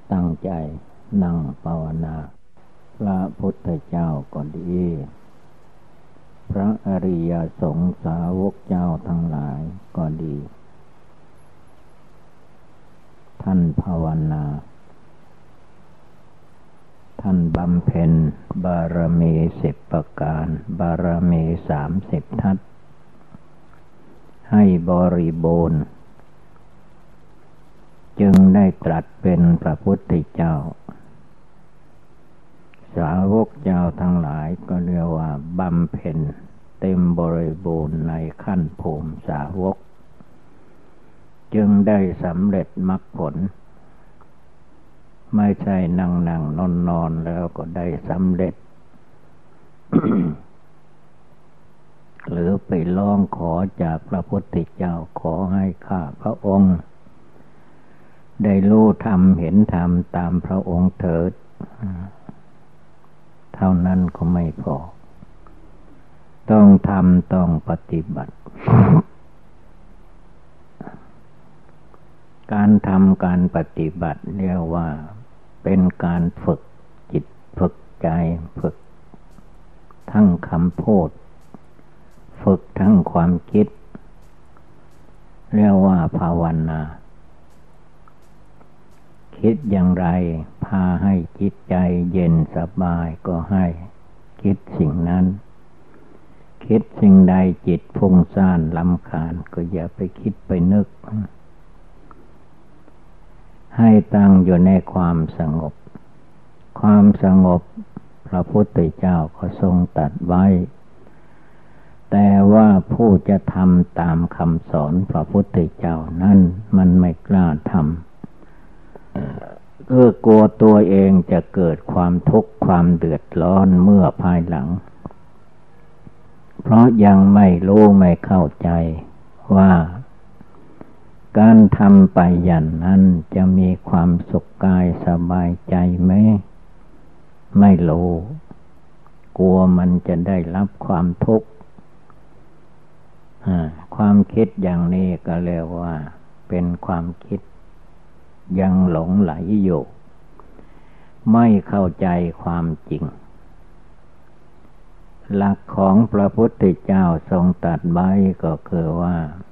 ตั้งใจนั่งภาวนาพระพุทธเจ้าก็ดีพระอริยสงฆ์สาวกเจ้าทั้งหลายก็ดีท่านภาวนาท่านบำเพ็ญบารมี10 ประการบารมี30 ทัศให้บริบูรณ์จึงได้ตรัสเป็นพระพุทธเจ้าสาวกเจ้าทั้งหลายก็เรียกว่าบำเพ็ญเต็มบริบูรณ์ในขั้นภูมิสาวกจึงได้สำเร็จมรรคผลไม่ใช่นั่งนอนแล้วก็ได้สำเร็จ หรือไปร้องขอจากพระพุทธเจ้าขอให้ข้าพระองค์ได้รู้ธรรมเห็นธรรมตามพระองค์เถิดเท่านั้นก็ไม่พอต้องทำต้องปฏิบัติ การทำการปฏิบัติเรียกว่าเป็นการฝึกจิตฝึกใจฝึกทั้งคำพูดฝึกทั้งความคิดเรียกว่าภาวนาคิดอย่างไรพาให้จิตใจเย็นสบายก็ให้คิดสิ่งนั้นคิดสิ่งใดจิตฟุ้งซ่านรำคาญก็อย่าไปคิดไปนึกให้ตั้งอยู่ในความสงบความสงบพระพุทธเจ้าก็ทรงตรัสไว้แต่ว่าผู้จะทำตามคำสอนพระพุทธเจ้านั้นมันไม่กล้าทำกลัวตัวเองจะเกิดความทุกข์ความเดือดร้อนเมื่อภายหลังเพราะยังไม่รู้ไม่เข้าใจว่าการทำไปอย่างนั้นจะมีความสุขกายสบายใจไหมไม่รู้กลัวมันจะได้รับความทุกข์ความคิดอย่างนี้ก็เรียกว่าเป็นความคิดยังหลงไหลอยู่ไม่เข้าใจความจริงหลักของพระพุทธเจ้าทรงตรัสไว้ก็คือว่า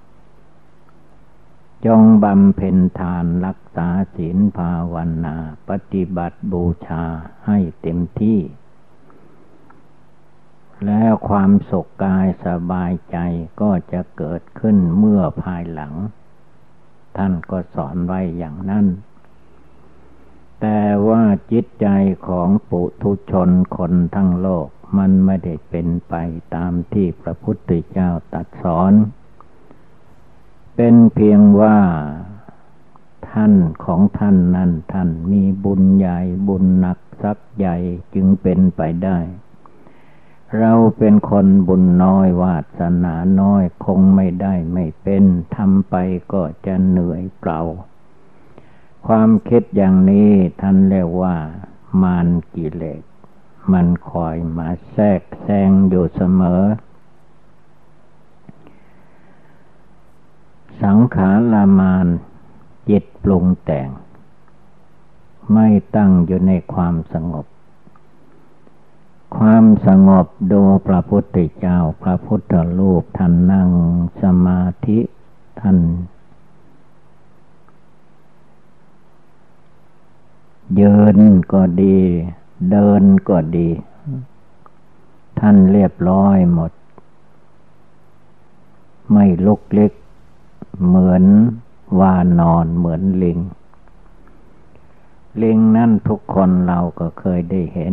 จงบำเพ็ญทานรักษาศีลภาวนาปฏิบัติบูชาให้เต็มที่แล้วความสุขกายสบายใจก็จะเกิดขึ้นเมื่อภายหลังท่านก็สอนไว้อย่างนั้นแต่ว่าจิตใจของปุถุชนคนทั้งโลกมันไม่ได้เป็นไปตามที่พระพุทธเจ้าตรัสสอนเป็นเพียงว่าท่านของท่านนั้นท่านมีบุญใหญ่บุญหนักทรัพย์ใหญ่จึงเป็นไปได้เราเป็นคนบุญน้อยวาสนาน้อยคงไม่ได้ไม่เป็นทำไปก็จะเหนื่อยเปล่าความคิดอย่างนี้ท่านเรียกว่ามารกิเลสมันคอยมาแทรกแซงอยู่เสมอสังขารมารจิตปรุงแต่งไม่ตั้งอยู่ในความสงบความสงบดูพระพุทธเจ้าพระพุทธรูปท่านนั่งสมาธิท่านยืนก็ดีเดินก็ดีท่านเรียบร้อยหมดไม่ลุกลี้เหมือนว่านอนเหมือนลิงนั่นทุกคนเราก็เคยได้เห็น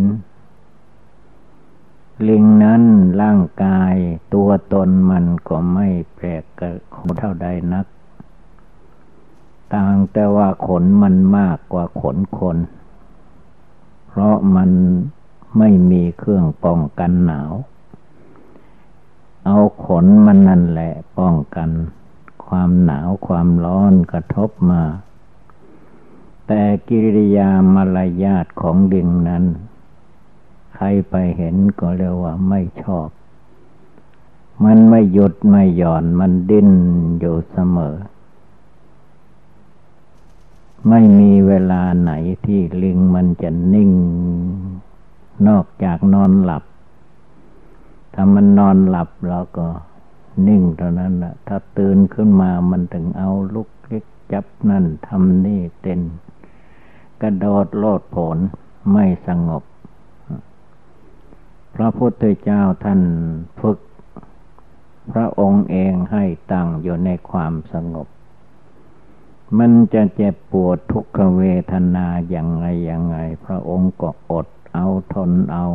ลิงนั้นร่างกายตัวตนมันก็ไม่แปลกกับคนเท่าใดนักต่างแต่ว่าขนมันมากกว่าขนคนเพราะมันไม่มีเครื่องป้องกันหนาวเอาขนมันนั่นแหละป้องกันความหนาวความร้อนกระทบมาแต่กิริยามารยาทของลิงนั้นใครไปเห็นก็เรียกว่าไม่ชอบมันไม่หยุดไม่หย่อนมันดิ้นอยู่เสมอไม่มีเวลาไหนที่ลิงมันจะนิ่งนอกจากนอนหลับถ้ามันนอนหลับแล้วก็นิ่งเท่านั้นแหละถ้าตื่นขึ้นมามันถึงเอาลุกเล็กจับนั่นทำนี่เต้นกระโดดโลดโผนไม่สงบพระพุทธเจ้าท่านฝึกพระองค์เองให้ตั้งอยู่ในความสงบมันจะเจ็บปวดทุกขเวทนาอย่างไงพระองค์ก็อดเอาทนเอา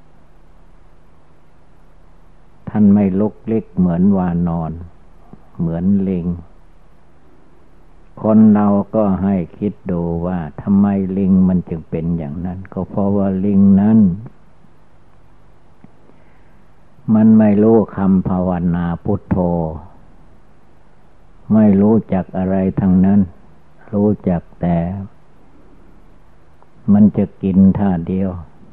ท่านไม่ลุกลี้เหมือนวานอนเหมือนลิงคนเราก็ให้คิดดูว่าทำไมลิงมันจึงเป็นอย่างนั้นก็เพราะว่าลิงนั้นมันไม่รู้คำภาวนาพุทโธไม่รู้จักอะไรทั้งนั้นรู้จักแต่มันจะกินท่าเดียว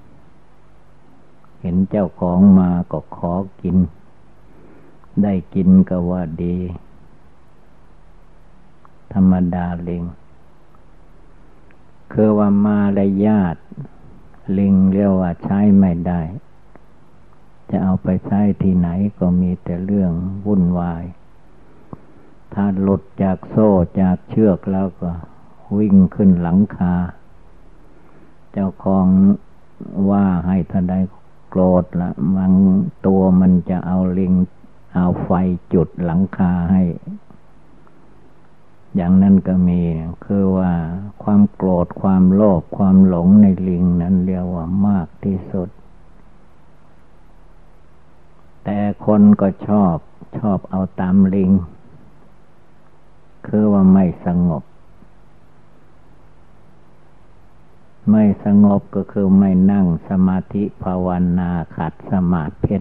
เห็นเจ้าของมาก็ขอกินได้กินก็ว่าดีธรรมดาลิงคือว่ามารยาทลิงเรียกว่าใช้ไม่ได้จะเอาไปใช้ที่ไหนก็มีแต่เรื่องวุ่นวายถ้าหลุดจากโซ่จากเชือกแล้วก็วิ่งขึ้นหลังคาเจ้าของว่าให้ท่านใดโกรธละบางตัวมันจะเอาลิงเอาไฟจุดหลังคาให้อย่างนั้นก็มีคือว่าความโกรธความโลภความหลงในลิงนั้นเรียกว่ามากที่สุดแต่คนก็ชอบเอาตามลิงคือว่าไม่สงบก็คือไม่นั่งสมาธิภาวนาขัดสมาธิ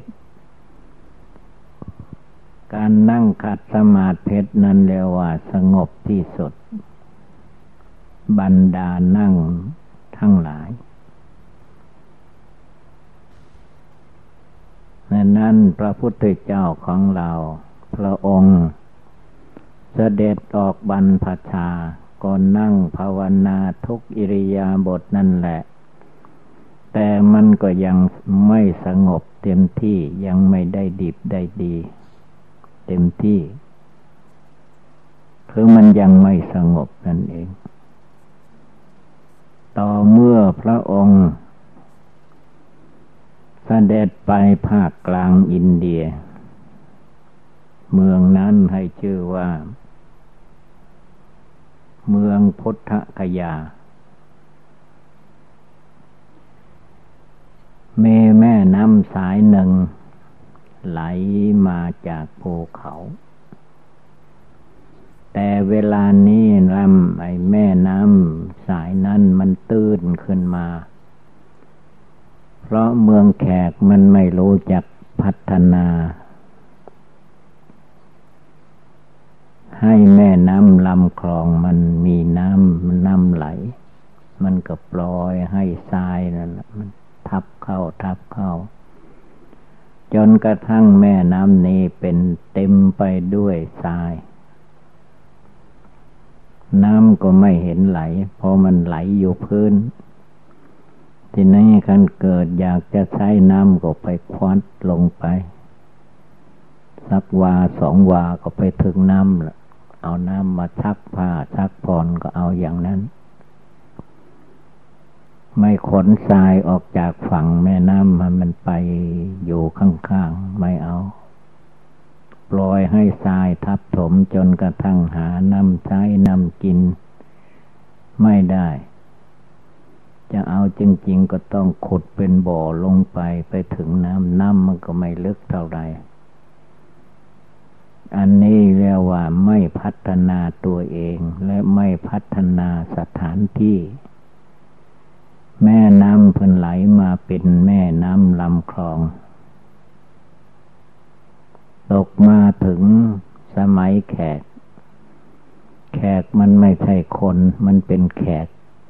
การนั่งขัดสมาธินั้นเรียกว่าสงบที่สุดบรรดานั่งทั้งหลายนั้นพระพุทธเจ้าของเราพระองค์เสด็จออกบรรพชาก็นั่งภาวนาทุกอิริยาบถนั่นแหละแต่มันก็ยังไม่สงบเต็มที่ยังไม่ได้ดิบได้ดีเต็มที่คือมันยังไม่สงบนั่นเองต่อเมื่อพระองค์เสด็จไปภาคกลางอินเดียเมืองนั้นให้ชื่อว่าเมืองพุทธคยามีแม่น้ำสายหนึ่งไหลมาจากภูเขาแต่เวลานี้ไอ้แม่น้ำสายนั้นมันตื้นขึ้นมาเพราะเมืองแขกมันไม่รู้จักพัฒนาให้แม่น้ำลำคลองมันมีน้ำไหลมันก็ปล่อยให้ทรายนั่นมันทับเข้าจนกระทั่งแม่น้ำนี้เป็นเต็มไปด้วยทรายน้ำก็ไม่เห็นไหลเพราะมันไหลอยู่พื้นทีนี้คันเกิดอยากจะใช้น้ำก็ไปควัดลงไปสักวาสองวาก็ไปถึงน้ำละเอาน้ำมาซักผ้าซักผ่อนก็เอาอย่างนั้นไม่ขนทรายออกจากฝั่งแม่น้ำมันไปอยู่ข้างๆไม่เอาปล่อยให้ทรายทับถมจนกระทั่งหาน้ำใช้น้ำกินไม่ได้จะเอาจริงๆก็ต้องขุดเป็นบ่อลงไปถึงน้ำมันก็ไม่ลึกเท่าไหร่อันนี้เรียกว่าไม่พัฒนาตัวเองและไม่พัฒนาสถานที่แม่น้ำเพิ่นไหลมาเป็นแม่น้ำลำคลองตกมาถึงสมัยแขกมันไม่ใช่คนมันเป็นแขก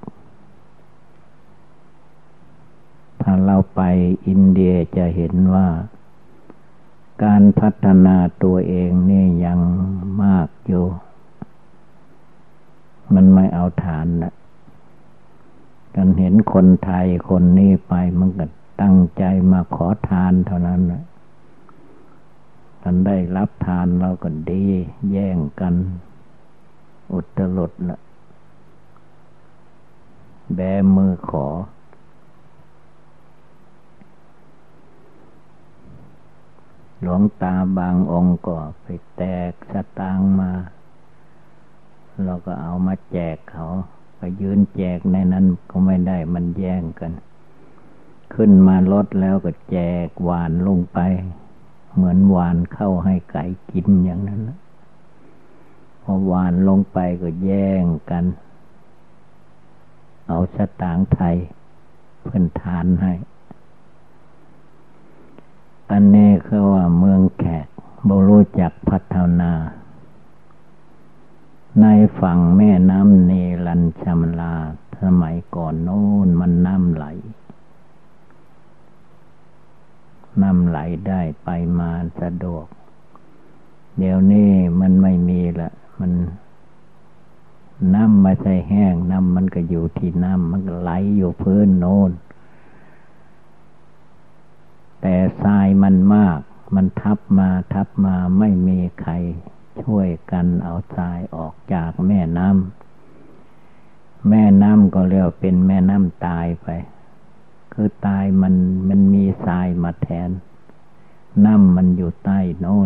ถ้าเราไปอินเดียจะเห็นว่าการพัฒนาตัวเองนี่ยังมากอยู่มันไม่เอาทานนะกันเห็นคนไทยคนนี้ไปมันก็ตั้งใจมาขอทานเท่านั้นนะมันได้รับทานเราก็ดีแย่งกันอุตลุดนะแบมือขอหลวงตาบางองค์ก็ไปแตกสตางค์มาเราก็เอามาแจกเขาไปยืนแจกในนั้นก็ไม่ได้มันแย่งกันขึ้นมารถแล้วก็แจกหวานลงไปเหมือนหวานเข้าให้ไก่กินอย่างนั้นนะพอหวานลงไปก็แย่งกันเอาสตางค์ไทยเพื่อนทานให้อันนี้คือว่าเมืองแขกบ่รู้จักพัฒนาในฝั่งแม่น้ำเนรัญชมลาสมัยก่อนโน้นมันน้ำไหลได้ไปมาสะดวกเดี๋ยวนี้มันไม่มีละมันน้ำไม่ใช่แห้งน้ำมันก็อยู่ที่น้ำมันก็ไหลอยู่พื้นโน้นแต่ทรายมันมากมันทับมาไม่มีใครช่วยกันเอาทรายออกจากแม่น้ำก็เรียกเป็นแม่น้ำตายไปคือตายมันมีทรายมาแทนน้ำมันอยู่ใต้โน้น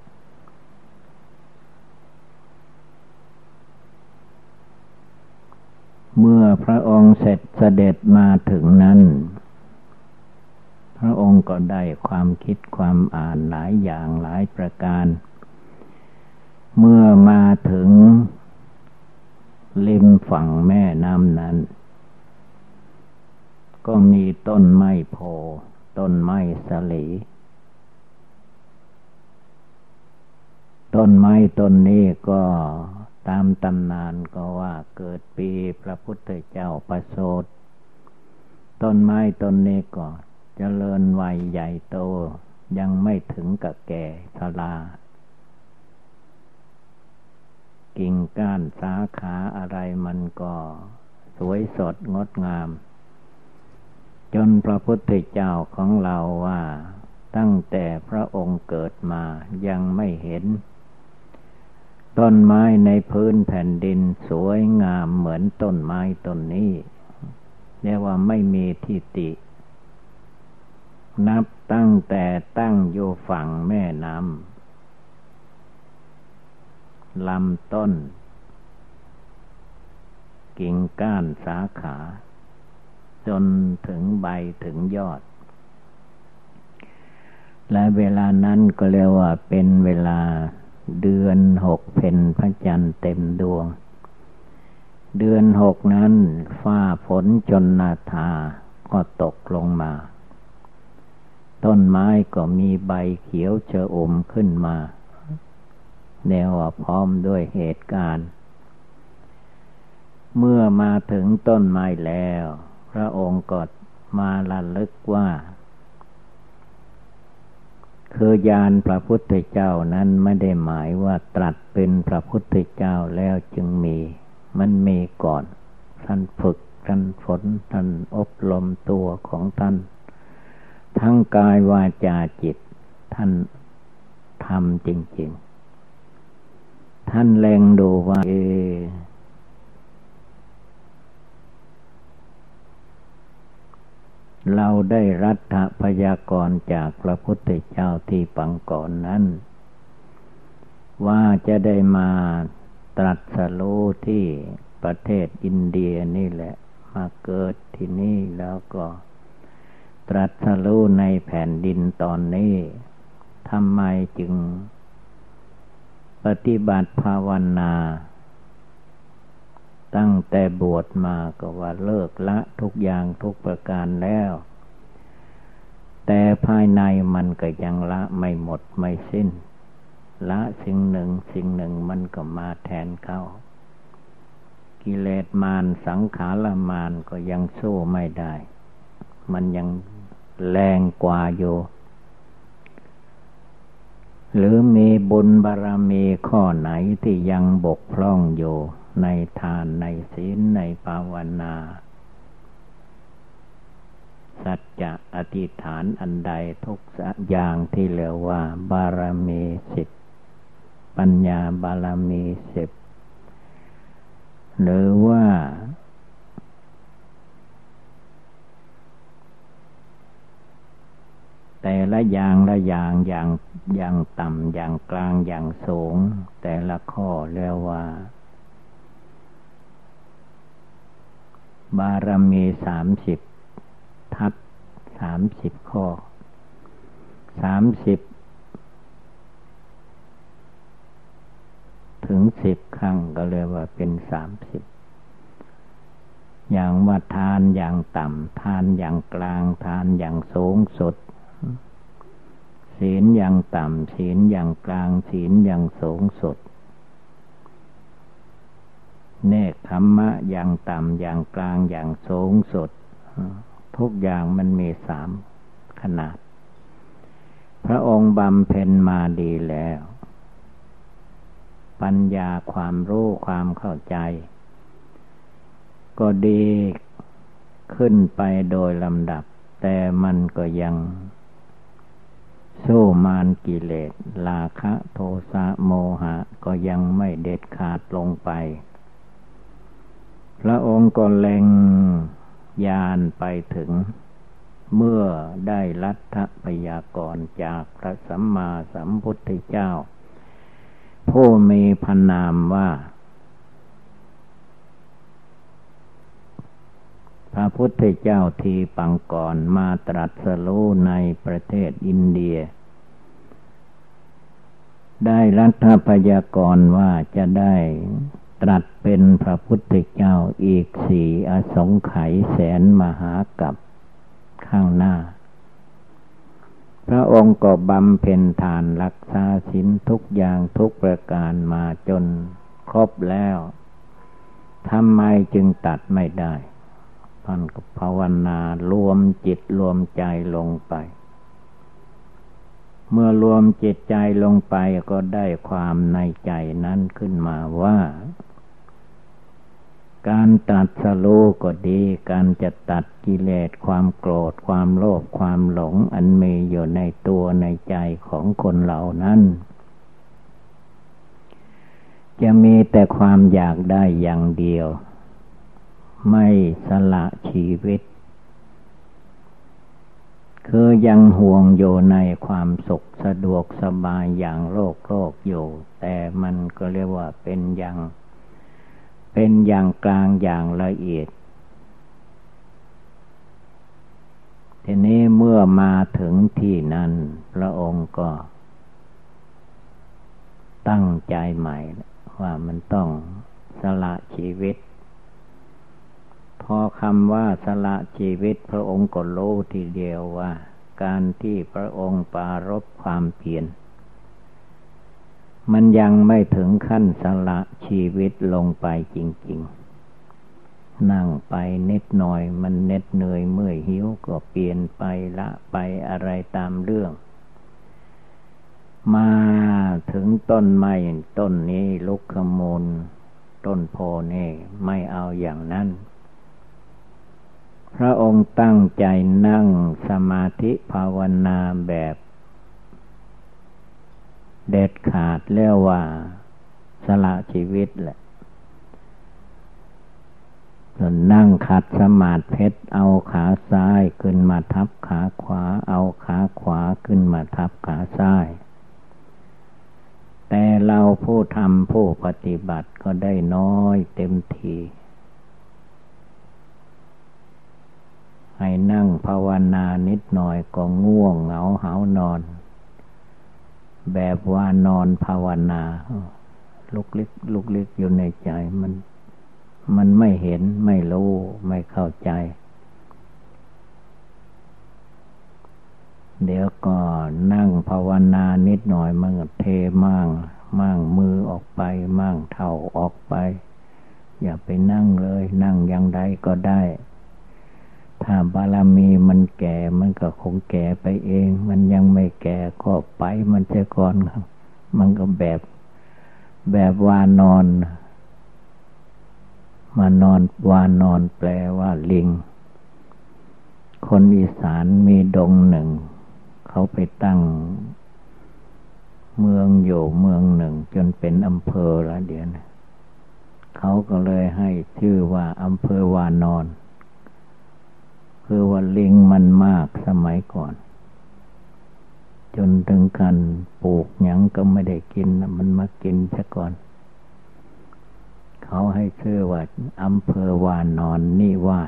เมื่อพระองค์เสด็จมาถึงนั้นพระองค์ก็ได้ความคิดความอ่านหลายอย่างหลายประการเมื่อมาถึงริมฝั่งแม่น้ำนั้นก็มีต้นไม้โพต้นไม้สะลีต้นไม้ต้นนี้ก็ตามตำนานก็ว่าเกิดปีพระพุทธเจ้าประสูติต้นไม้ต้นนี้ก็เจริญวัยใหญ่โตยังไม่ถึงกับแก่ชรากิ่งก้านสาขาอะไรมันก็สวยสดงดงามจนพระพุทธเจ้าของเราว่าตั้งแต่พระองค์เกิดมายังไม่เห็นต้นไม้ในพื้นแผ่นดินสวยงามเหมือนต้นไม้ต้นนี้เรียกว่าไม่มีที่ตินับตั้งแต่ตั้งอยู่ฝั่งแม่น้ำลำต้นกิ่งก้านสาขาจนถึงใบถึงยอดและเวลานั้นก็เรียกว่าเป็นเวลาเดือน6เพ็ญพระจันทร์เต็มดวงเดือน6นั้นฟ้าฝนจนนาทาก็ตกลงมาต้นไม้ก็มีใบเขียวชอุ่มขึ้นมาแนวว่าพร้อมด้วยเหตุการณ์เมื่อมาถึงต้นไม้แล้วพระองค์ก็มาระลึกว่าคือญาณพระพุทธเจ้านั้นไม่ได้หมายว่าตรัสเป็นพระพุทธเจ้าแล้วจึงมีมันมีก่อนท่านฝึกท่านฝนท่านอบรมตัวของท่านทั้งกายวาจาจิตท่านทำจริงๆท่านแลงดูว่าเราได้รัฐพยากรณ์จากพระพุทธเจ้าที่ปังก่อนนั้นว่าจะได้มาตรัสรู้ที่ประเทศอินเดียนี่แหละมาเกิดที่นี่แล้วก็ตรัสรู้ในแผ่นดินตอนนี้ทำไมจึงปฏิบัติภาวนาตั้งแต่บวชมาก็ว่าเลิกละทุกอย่างทุกประการแล้วแต่ภายในมันก็ยังละไม่หมดไม่สิ้นละสิ่งหนึ่งมันก็มาแทนเข้ากิเลสมารสังขารมารก็ยังสู้ไม่ได้มันยังแรงกว่าอยู่หรือมีบุญบารมีข้อไหนที่ยังบกพร่องอยู่ในทานในศีลในภาวนาสัจจะอธิษฐานอันใดทุกอย่างที่เรียกว่าบารมี10ปัญญาบารมี10หรือว่าแต่ละอย่างละอย่างต่ำอย่างกลางอย่างสูงแต่ละข้อเรียกว่าบารมี30ทับ30ข้อ30ถึง10ครั้งก็เรียกว่าเป็น30อย่างว่าทานอย่างต่ำทานอย่างกลางทานอย่างสูงสุดศีลอย่างต่ำศีลอย่างกลางศีลอย่างสูงสุดเนกขัมมะอย่างต่ำอย่างกลางอย่างสูงสุดทุกอย่างมันมี3ขนาดพระองค์บำเพ็ญมาดีแล้วปัญญาความรู้ความเข้าใจก็ดีขึ้นไปโดยลำดับแต่มันก็ยังสู้มารกิเลสราคะโทสะโมหะก็ยังไม่เด็ดขาดลงไปพระองค์ก็เล็งญาณไปถึงเมื่อได้รัฐพยากรณ์จากพระสัมมาสัมพุทธเจ้าผู้มีพระนามว่าพระพุทธเจ้าทีปังก่อนมาตรัสรู้ในประเทศอินเดียได้รัฐพยากรณ์ว่าจะได้ตรัสเป็นพระพุทธเจ้าอีก4 อสงไขยแสนมหากัปข้างหน้าพระองค์ก็บำเพ็ญทานรักษาศีลทุกอย่างทุกประการมาจนครบแล้วทำไมจึงตัดไม่ได้ท่านก็ภาวนารวมจิตรวมใจลงไปเมื่อรวมจิตใจลงไปก็ได้ความในใจนั้นขึ้นมาว่าการตรัสรู้ก็ดีการจะตัดกิเลสความโกรธความโลภความหลงอันมีอยู่ในตัวในใจของคนเหล่านั้นจะมีแต่ความอยากได้อย่างเดียวไม่สละชีวิตคือยังห่วงอยู่ในความสุขสะดวกสบายอย่างโลกอยู่แต่มันก็เรียกว่าเป็นอย่างกลางอย่างละเอียดทีนี้เมื่อมาถึงที่นั้นพระองค์ก็ตั้งใจใหม่ว่ามันต้องสละชีวิตพอคำว่าสละชีวิตพระองค์ก็รู้ทีเดียวว่าการที่พระองค์ปรารภความเพียรมันยังไม่ถึงขั้นสละชีวิตลงไปจริงๆนั่งไปนิดหน่อยมันเหน็ดเหนื่อยเมื่อยหิวก็เปลี่ยนไปละไปอะไรตามเรื่องมาถึงต้นไม้ต้นนี้ลุกขมูลต้นโพนี่ไม่เอาอย่างนั้นพระองค์ตั้งใจนั่งสมาธิภาวนาแบบเด็ดขาดแล้วว่าสละชีวิตแหละส่วนนั่งขัดสมาธิเอาขาซ้ายขึ้นมาทับขาขวาเอาขาขวาขึ้นมาทับขาซ้ายแต่เราผู้ทำผู้ปฏิบัติก็ได้น้อยเต็มทีให้นั่งภาวนานิดหน่อยก็ง่วงเหงาหาวนอนแบบว่านอนภาวนาลุกลิกอยู่ในใจมันไม่เห็นไม่รู้ไม่เข้าใจเดี๋ยวก็นั่งภาวนานิดหน่อยมันก็เทมั่งมือออกไปมั่งเท้าออกไปอย่าไปนั่งเลยนั่งอย่างใดก็ได้ถ้าบารมีมันแก่มันก็คงแก่ไปเองมันยังไม่แก่ก็ไปมันเสียก่อนครับมันก็แบบว่านอนมานอนวานอนแปลว่าลิงคนอีสานมีดงหนึ่งเขาไปตั้งเมืองอยู่เมืองหนึ่งจนเป็นอำเภอละเดี๋ยวนะเขาก็เลยให้ชื่อว่าอำเภอวานอนคือว่าลิงมันมากสมัยก่อนจนถึงกันปลูกหยังก็ไม่ได้กินมันมากินซะก่อนเขาให้ชื่อว่าอำเภอวานอนนิวาส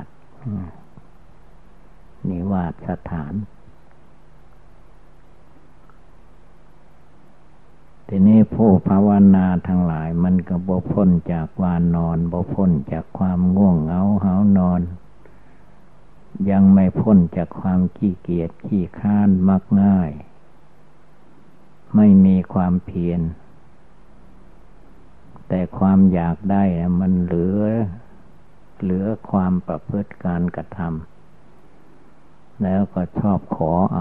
นิวาสสถานทีนี้ผู้ภาวนาทั้งหลายมันก็บ่พ้นจากวานอนบ่พ้นจากความง่วงเหงาหาวนอนยังไม่พ้นจากความขี้เกียจขี้คร้านมักง่ายไม่มีความเพียรแต่ความอยากได้มันเหลือความประพฤติการกระทำแล้วก็ชอบขอเอา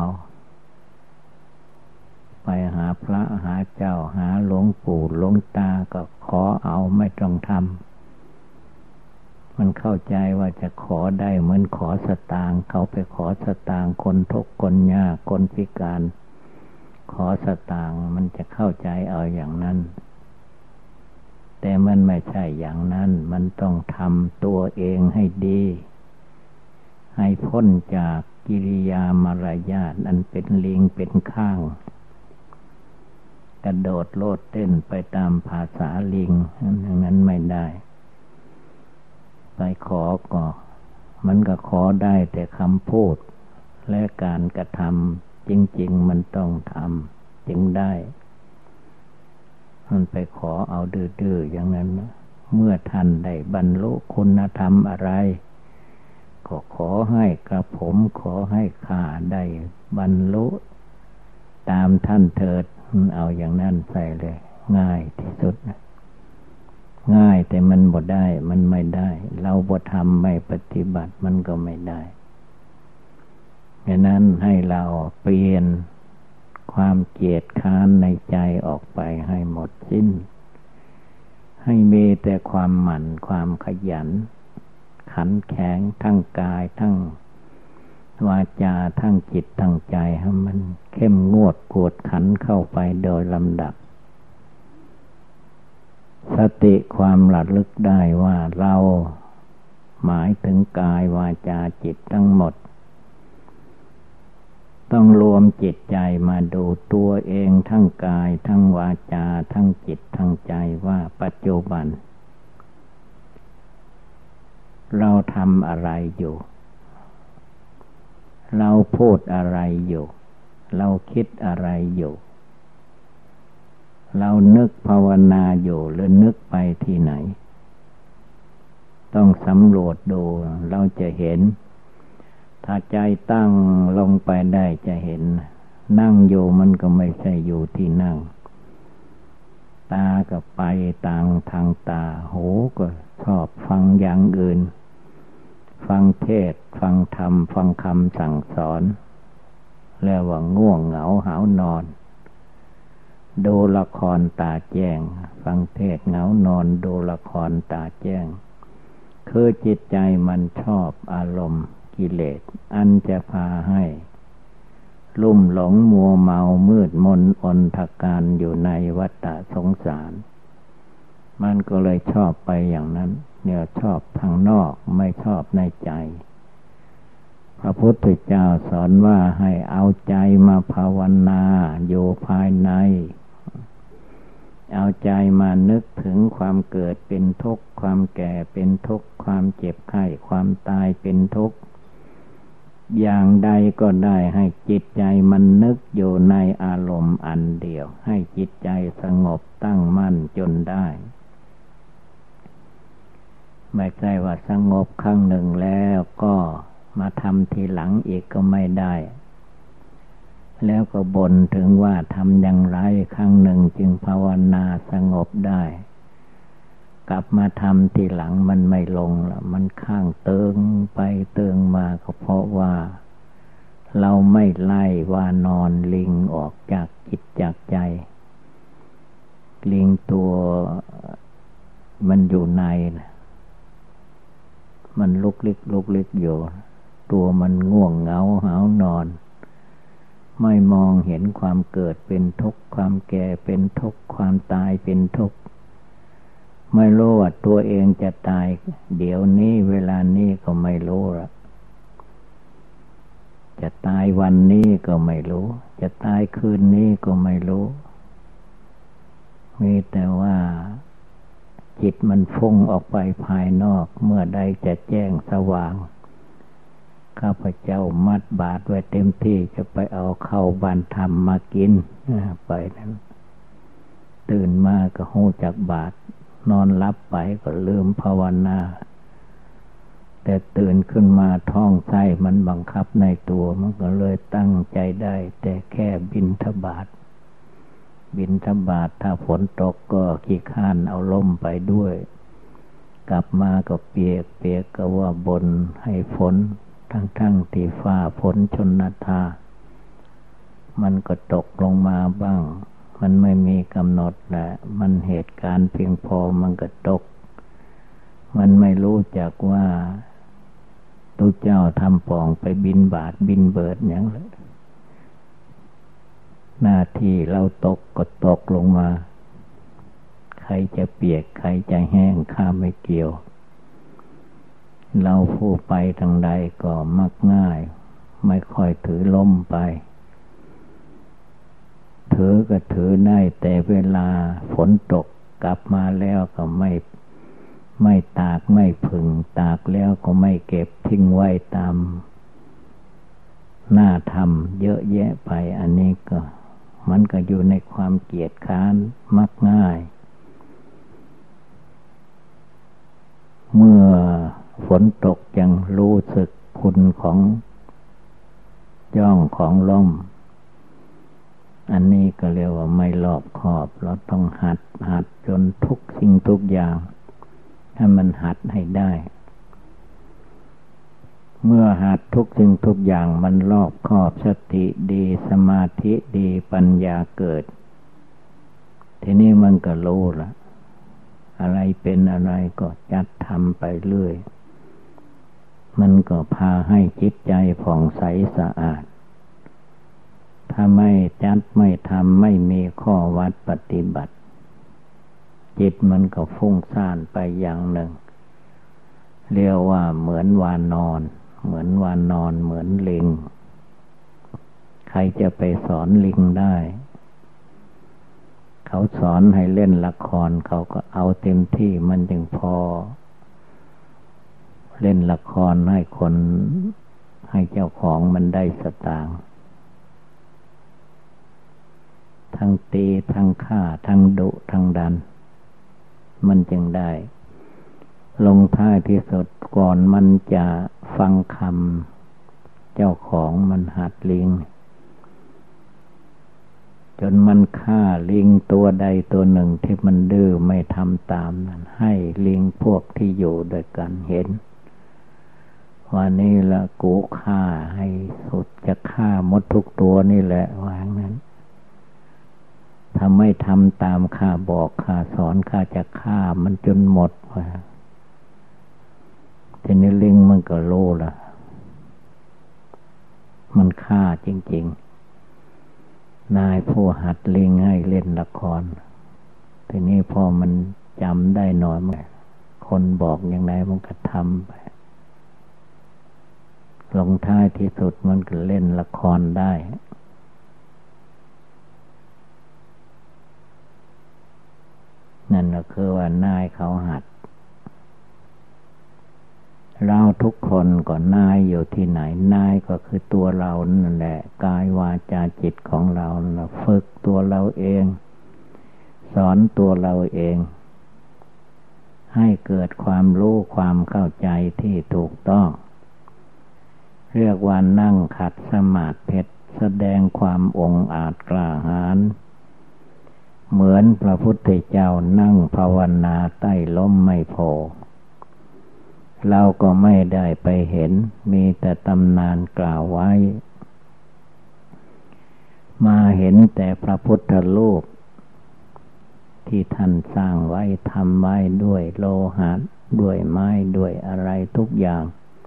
ไปหาพระหาเจ้าหาหลวงปู่หลวงตาก็ขอเอาไม่ต้องทำมันเข้าใจว่าจะขอได้เหมือนขอสตางค์เขาไปขอสตางค์คนทุกข์คนยากคนพิการขอสตางค์มันจะเข้าใจเอาอย่างนั้นแต่มันไม่ใช่อย่างนั้นมันต้องทำตัวเองให้ดีให้พ้นจากกิริยามารยาทอันเป็นลิงเป็นข้างกระโดดโลดเต้นไปตามภาษาลิงอย่างนั้นไม่ได้ไปขอก็มันก็ขอได้แต่คำพูดและการกระทำจริงๆมันต้องทำจึงได้มันไปขอเอาดื้อๆอย่างนั้นเมื่อท่านได้บรรลุคุณธรรมอะไรก็ขอให้กระผมขอให้ข้าได้บรรลุตามท่านเถิดเอาอย่างนั้นใส่เลยง่ายที่สุดนะง่ายแต่มันบ่ได้มันไม่ได้เราบ่ทำไม่ปฏิบัติมันก็ไม่ได้ฉะนั้นให้เราเปลี่ยนความเกลียดค้านในใจออกไปให้หมดสิ้นให้มีแต่ความหมั่นความขยันขันแข็งทั้งกายทั้งวาจาทั้งจิตทั้งใจให้มันเข้มงวดกวดขันเข้าไปโดยลำดับสติความระลึกได้ว่าเราหมายถึงกายวาจาจิตทั้งหมดต้องรวมจิตใจมาดูตัวเองทั้งกายทั้งวาจาทั้งจิตทั้งใจว่าปัจจุบันเราทำอะไรอยู่เราพูดอะไรอยู่เราคิดอะไรอยู่เรานึกภาวนาอยู่หรือนึกไปที่ไหนต้องสำรวจดูเราจะเห็นถ้าใจตั้งลงไปได้จะเห็นนั่งอยู่มันก็ไม่ใช่อยู่ที่นั่งตาก็ไปต่างทางตาหูก็ชอบฟังอย่างอื่นฟังเทศน์ฟังธรรมฟังคำสั่งสอนแล้วว่าง่วงเหงาหาวนอนดูละครตาแจ้งฟังเทศน์เหงานอนดูละครตาแจ้งคือจิตใจมันชอบอารมณ์กิเลสอันจะพาให้ลุ่มหลงมัวเมามืดมนอนทการอยู่ในวัฏสงสารมันก็เลยชอบไปอย่างนั้นเนี่ยชอบทางนอกไม่ชอบในใจพระพุทธเจ้าสอนว่าให้เอาใจมาภาวนาอยู่ภายในเอาใจมานึกถึงความเกิดเป็นทุกข์ความแก่เป็นทุกข์ความเจ็บไข้ความตายเป็นทุกข์อย่างใดก็ได้ให้จิตใจมันนึกอยู่ในอารมณ์อันเดียวให้จิตใจสงบตั้งมั่นจนได้ไม่ใช่ว่าสงบครั้งหนึ่งแล้วก็มาทำทีหลังอีกก็ไม่ได้แล้วก็บ่นถึงว่าทำอย่างไรครั้งหนึ่งจึงภาวนาสงบได้กลับมาทำทีหลังมันไม่ลงละมันข้างเติงไปเติงมาก็เพราะว่าเราไม่ไล่ว่านอนลิงออกจากจิตจากใจลิงตัวมันอยู่ในมันลุกลิกอยู่ตัวมันง่วงเหงาหาวนอนไม่มองเห็นความเกิดเป็นทุกข์ความแก่เป็นทุกข์ความตายเป็นทุกข์ไม่รู้ว่าตัวเองจะตายเดี๋ยวนี้เวลานี้ก็ไม่รู้ละจะตายวันนี้ก็ไม่รู้จะตายคืนนี้ก็ไม่รู้มีแต่ว่าจิตมันฟุ้งออกไปภายนอกเมื่อใดจะแจ้งสว่างข้าพเจ้ามัดบาตรไว้เต็มที่จะไปเอาเข้าบานธรรมมากินไปนั้นตื่นมาก็หูจักบาตรนอนหลับไปก็ลืมภาวนาแต่ตื่นขึ้นมาท้องไส้มันบังคับในตัวมันก็เลยตั้งใจได้แต่แค่บิณฑบาตถ้าฝนตกก็ขี้ข้านเอาล่มไปด้วยกลับมาก็เปียกก็ว่าบนให้ฝนทั้งที่ฟ้าฝนชนทามันก็ตกลงมาบ้างมันไม่มีกำหนดแหละมันเหตุการณ์เพียงพอมันก็ตกมันไม่รู้จักว่าตุเจ้าทำปองไปบินบาตบินเบิดอย่างเลยหน้าที่เราตกก็ตกลงมาใครจะเปียกใครจะแห้งข้าไม่เกี่ยวเราผู้ไปทางใดก็มักง่ายไม่ค่อยถือล้มไปถือก็ถือได้แต่เวลาฝนตกกลับมาแล้วก็ไม่ตากไม่ผึ่งตากแล้วก็ไม่เก็บทิ้งไว้ตามหน้าทำเยอะแยะไปอันนี้ก็มันก็อยู่ในความเกียจคร้านมักง่ายเมื่อฝนตกยังรู้สึกคุณของย่องของล่มอันนี้ก็เรียกว่าไม่รอบคอบเราต้องหัดจนทุกสิ่งทุกอย่างให้มันหัดให้ได้เมื่อหัดทุกสิ่งทุกอย่างมันรอบคอบสติดีสมาธิดีปัญญาเกิดทีนี้มันก็รู้ละอะไรเป็นอะไรก็จัดทำไปเรื่อยมันก็พาให้จิตใจผ่องใสสะอาดถ้าไม่จัดไม่ทำไม่มีข้อวัดปฏิบัติจิตมันก็ฟุ้งซ่านไปอย่างหนึ่งเรียกว่าเหมือนวานอนเหมือนลิงใครจะไปสอนลิงได้เขาสอนให้เล่นละครเขาก็เอาเต็มที่มันจึงพอเล่นละครให้คนให้เจ้าของมันได้สตางค์ทั้งตีทั้งฆ่าทั้งดุทั้งดันมันจึงได้ลงท้ายที่สุดก่อนมันจะฟังคำเจ้าของมันหัดลิงจนมันฆ่าลิงตัวใดตัวหนึ่งที่มันดื้อไม่ทำตามนั้นให้ลิงพวกที่อยู่ด้วยกันเห็นว่านี่ละกูฆ่าให้สุดจะฆ่าหมดทุกตัวนี่แหละว่าอย่างนั้นถ้าไม่ทำตามข้าบอกข้าสอนข้าจะฆ่ามันจนหมดว่าทีนี้ลิงมันก็รู้ละมันฆ่าจริงๆนายผู้หัดลิงให้เล่นละครทีนี้พอมันจำได้หน่อยมันคนบอกอย่างไรมันก็ทำไปลงท้ายที่สุดมันก็เล่นละครได้นั่นก็คือว่านายเขาหัดเราทุกคนก็นายอยู่ที่ไหนนายก็คือตัวเรานั่นแหละกายวาจาจิตของเราฝึกตัวเราเองสอนตัวเราเองให้เกิดความรู้ความเข้าใจที่ถูกต้องเรียกว่านั่งขัดสมาธิแสดงความองอาจกล้าหาญเหมือนพระพุทธเจ้านั่งภาวนาใต้ร่มไมโพธิ์เราก็ไม่ได้ไปเห็นมีแต่ตำนานกล่าวไว้มาเห็นแต่พระพุทธรูปที่ท่านสร้างไว้ทำไว้ด้วยโลหะด้วยไม้ด้วยอะไรทุกอย่าง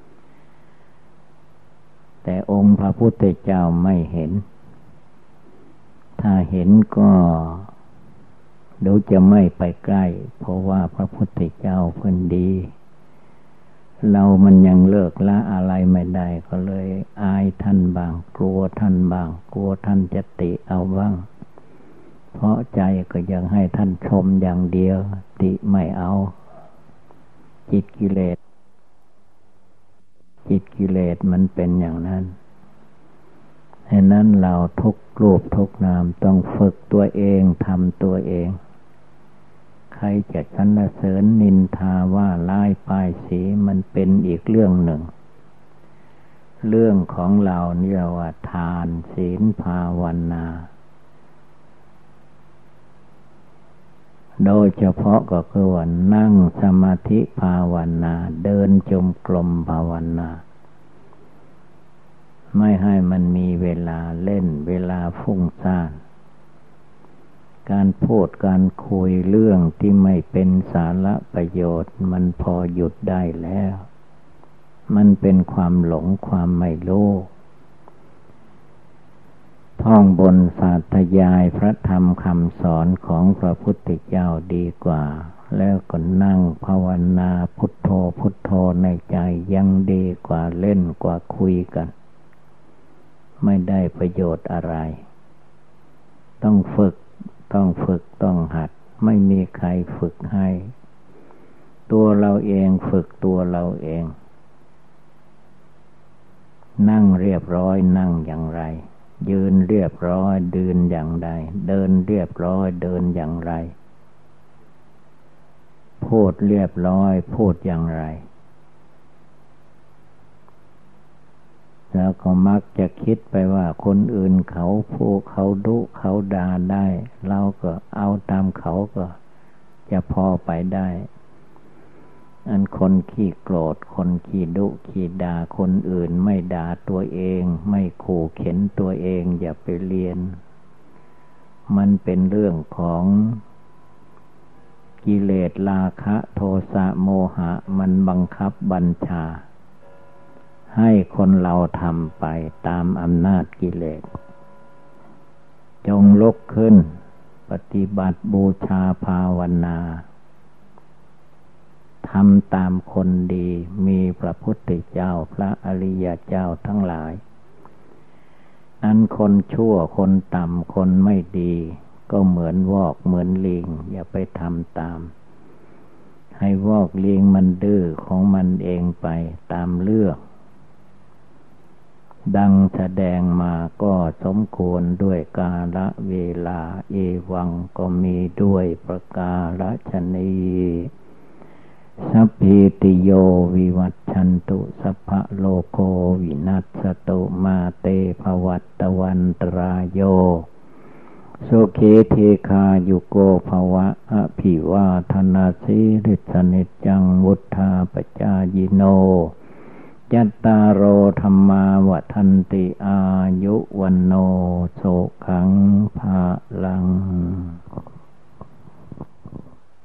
แต่องค์พระพุทธเจ้าไม่เห็นถ้าเห็นก็เดี๋ยวจะไม่ไปใกล้เพราะว่าพระพุทธเจ้าเพิ่นดีเรามันยังเลิกละอะไรไม่ได้ก็เลยอายท่านบ้างกลัวท่านบ้างกลัวท่านจะติเอาบ้างเพราะใจก็ยังให้ท่านชมอย่างเดียวติไม่เอาจิตกิเลสมันเป็นอย่างนั้นฉะนั้นเราทุกรูปทุกนามต้องฝึกตัวเองทำตัวเองใครจะสรรเสริญนินทาว่าร้ายป้ายสีมันเป็นอีกเรื่องหนึ่งเรื่องของเราเนี่ยว่าทานศีลภาวนาโดยเฉพาะก็คือว่านั่งสมาธิภาวนาเดินจงกรมภาวนาไม่ให้มันมีเวลาเล่นเวลาฟุ้งซ่านการพูดการคุยเรื่องที่ไม่เป็นสาระประโยชน์มันพอหยุดได้แล้วมันเป็นความหลงความไม่รู้ท่องบนสาธยายพระธรรมคำสอนของพระพุทธเจ้าดีกว่าแล้วก็นั่งภาวนาพุทโธพุทโธในใจยังดีกว่าเล่นกว่าคุยกันไม่ได้ประโยชน์อะไรต้องฝึกต้องหัดไม่มีใครฝึกให้ตัวเราเองฝึกตัวเราเองนั่งเรียบร้อยนั่งอย่างไรยืนเรียบร้อยเดินอย่างใดเดินเรียบร้อยเดินอย่างไรพูดเรียบร้อยพูดอย่างไรแล้วก็มักจะคิดไปว่าคนอื่นเขาพูดเขาดุเขาด่าได้เราก็เอาตามเขาก็จะพอไปได้อันคนขี้โกรธคนขี้ดุขี้ด่าคนอื่นไม่ด่าตัวเองไม่ขู่เข็นตัวเองอย่าไปเรียนมันเป็นเรื่องของกิเลสราคะโทสะโมหะมันบังคับบัญชาให้คนเราทำไปตามอำนาจกิเลสจงลุกขึ้นปฏิบัติบูชาภาวนาทำตามคนดีมีพระพุทธเจ้าพระอริยเจ้าทั้งหลายอันคนชั่วคนต่ำคนไม่ดีก็เหมือนวอกเหมือนลิงอย่าไปทำตามให้วอกลิงมันดื้อของมันเองไปตามเรื่องดังแสดงมาก็สมควรด้วยกาลเวลาเอวังก็มีด้วยประกาศนีสัพพิติโยวิวัชชันตุสัพพะโลกโควินัสตุมาเตภวัตวันตรายโยสุขีเทคายุโกภวะอภิวาทนาสิริสนิจจังวุธาปจายโนยัตตารโอธรรมาวทันติอายุวันโนสุขังภาลัง